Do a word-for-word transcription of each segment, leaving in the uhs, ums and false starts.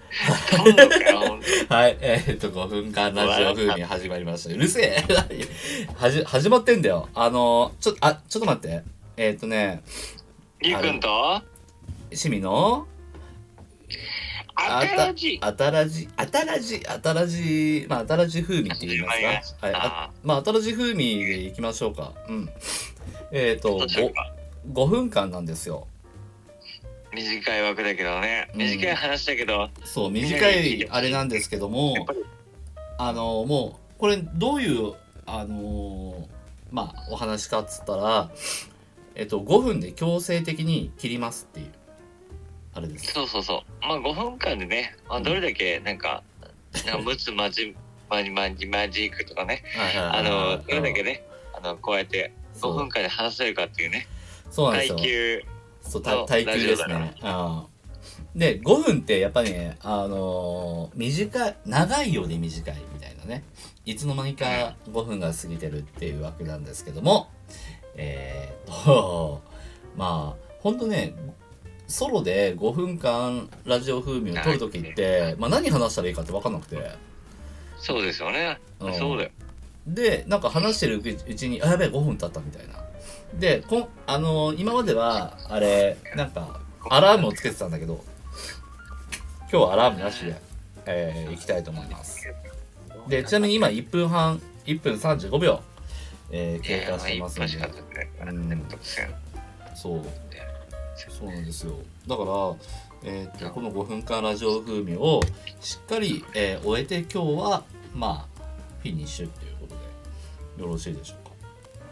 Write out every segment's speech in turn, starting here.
飛んのかよ、ほんと。 はい、えー、っと、ごふんかんラジオ風味始まりました。うるせえはじ、始まってんだよ。あの、ちょ、あ、ちょっと待って。えー、っとね、 りゅうくんと、 しみの、 あたらじ。 あたらじ、あたらじ、あたらじ、まあ、あたらじ風味って言いますか。はい、あ、まあ、あたらじ風味でいきましょうか。うん。えー、っと、ごふんかんなんですよ。 短い枠だけどね、短い話だけど、 うん、そう短いあれなんですけども、あのもうこれどういうあのまあお話かっつったら、えっとごふんで強制的に切りますっていうあれです。 そうそうそう。まあごふんかんでね、まあ、どれだけなんか、うん、むつまじまじまじマジックとかね、あのどれだけね、あのこうやってごふんかんで話せるかっていうね。 そうなんですよ。 耐久そう耐久ですね。あでごふんってやっぱりね、あのー、短い長いようで短いみたいなね、いつの間にかごふんが過ぎてるっていうわけなんですけども、えー、っとまあほんとね、ソロでごふんかんラジオ風味を撮るときって、まあ、何話したらいいかって分かんなくて。 そうですよね、うん、そうだよ。 でなんか話してるうちにあやべえごふん経ったみたいな。でこんあのー、今まではあれなんかアラームをつけてたんだけど、今日はアラームなしで、えー、行きたいと思います。でちなみに今いっぷんはんいっぷんさんじゅうごびょう、えー、経過してますので、うん、そうそうなんですよ。だから、えー、とこのごふんかんラジオ風味をしっかり、えー、終えて今日はまあフィニッシュっていうことでよろしいでしょうか。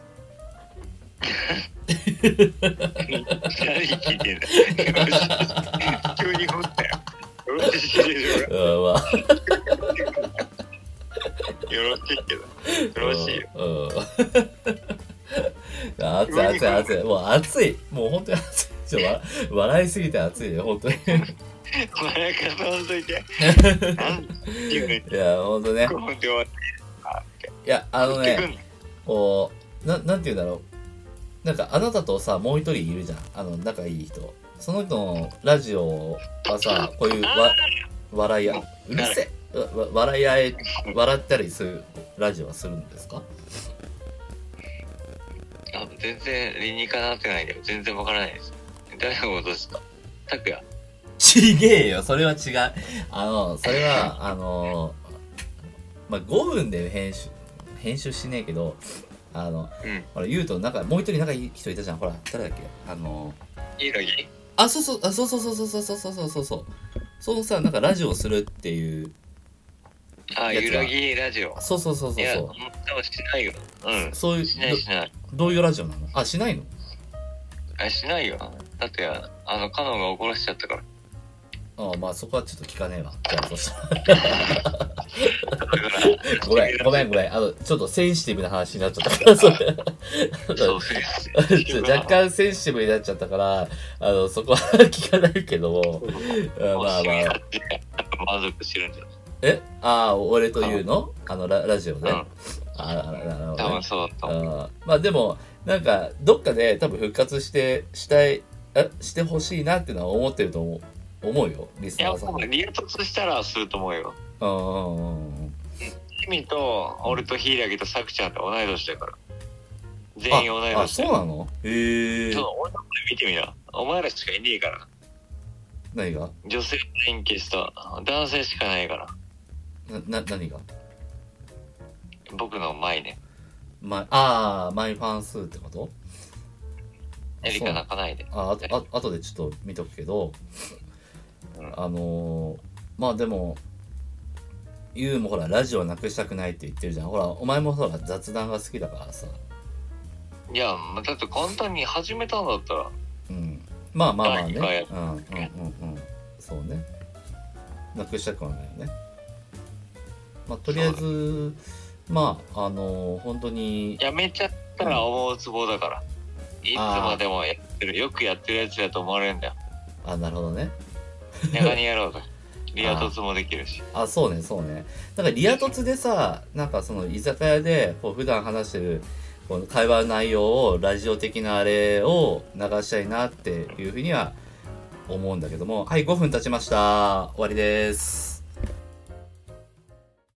何聞いてんだ急に掘ったよ。よろしいでしょうか。 うん、まあよろしいけどよろしいよ。 うん、熱い熱い熱い、もう熱い、もう本当に熱い。ちょっと笑いすぎて熱いね本当に。 笑い方ほんといて。 いや本当ね。いやあのね、こうななんていうんだろう、なんかあなたとさもう一人いるじゃん、あの仲いい人。その人のラジオはさ、こういうわ笑いあうるせえわ笑い合え笑ったりするラジオはするんですか？ あ、全然理にかなってないけど全然わからないです。誰のことですか？拓也？ ちげえよ、それは違う。あのそれはあのまあごふんで編集編集しねえけど、あの、うん、ほら言うとなんかもう一人仲いい人いたじゃん。ほら誰だっけ、あのいいのに、 あ、そうそうあそうそうそうそうそうそうそうそうそうそのさ、なんかラジオするっていうあ、ゆらぎラジオ。 そうそうそうそうそう。いや、 多分しないよ。うん。 そういう、 しないしない。 ど, どういうラジオなの？あ、しないの？ あ、しないよ。だってあのカノンが怒らしちゃったから。 ああ、まあそこはちょっと聞かねえわ。じゃあそしたらごめんごめんごめん、あのちょっとセンシティブな話になっちゃったからそれそう若干センシティブになっちゃったから、あのそこは聞かないけども、まあまあ満足してるんじゃない？ え、ああ、俺というの？あの ラ, ラジオで、うん、ああ、なるほど、ね、 多分そうだと思う。 まあでもなんかどっかで多分復活してしたいえしてほしいなっていうのは思ってると思う思うよ、リスナーさん。 いや、リア突したらすると思うよ。 うん。 君と俺と柊とさくちゃんって同い年だから。全員同い年。 あ、そうなの？へえ。 ちょっと俺の声見てみな。お前らしかいねえから。 何が？ 女性連結した男性しかないから。 な、な、何が？ 僕の前ね。 ま、ああ、マイファン数ってこと？ エリカ泣かないで。 ああ、あ、あとでちょっと見とくけど、うん、あのー、まあでも、ユウもほらラジオなくしたくないって言ってるじゃん。ほらお前もほら雑談が好きだからさ。 いや、だって簡単に始めたんだったら。 うん。まあまあまあね。うんうんうんうん。そうね。なくしたくはないよね。まあとりあえず、まああのー、本当に。 やめちゃったら思うツボだから。いつまでもやってる、よくやってるやつだと思われるんだよ。 あ、なるほどね。 中にやろうと。リア凸もできるし。 あ, あ、そうねそうね。だからリア凸でさ、なんかその居酒屋でこう普段話してるこの会話内容をラジオ的なあれを流したいなっていうふうには思うんだけども、はい、ごふん経ちました。終わりです。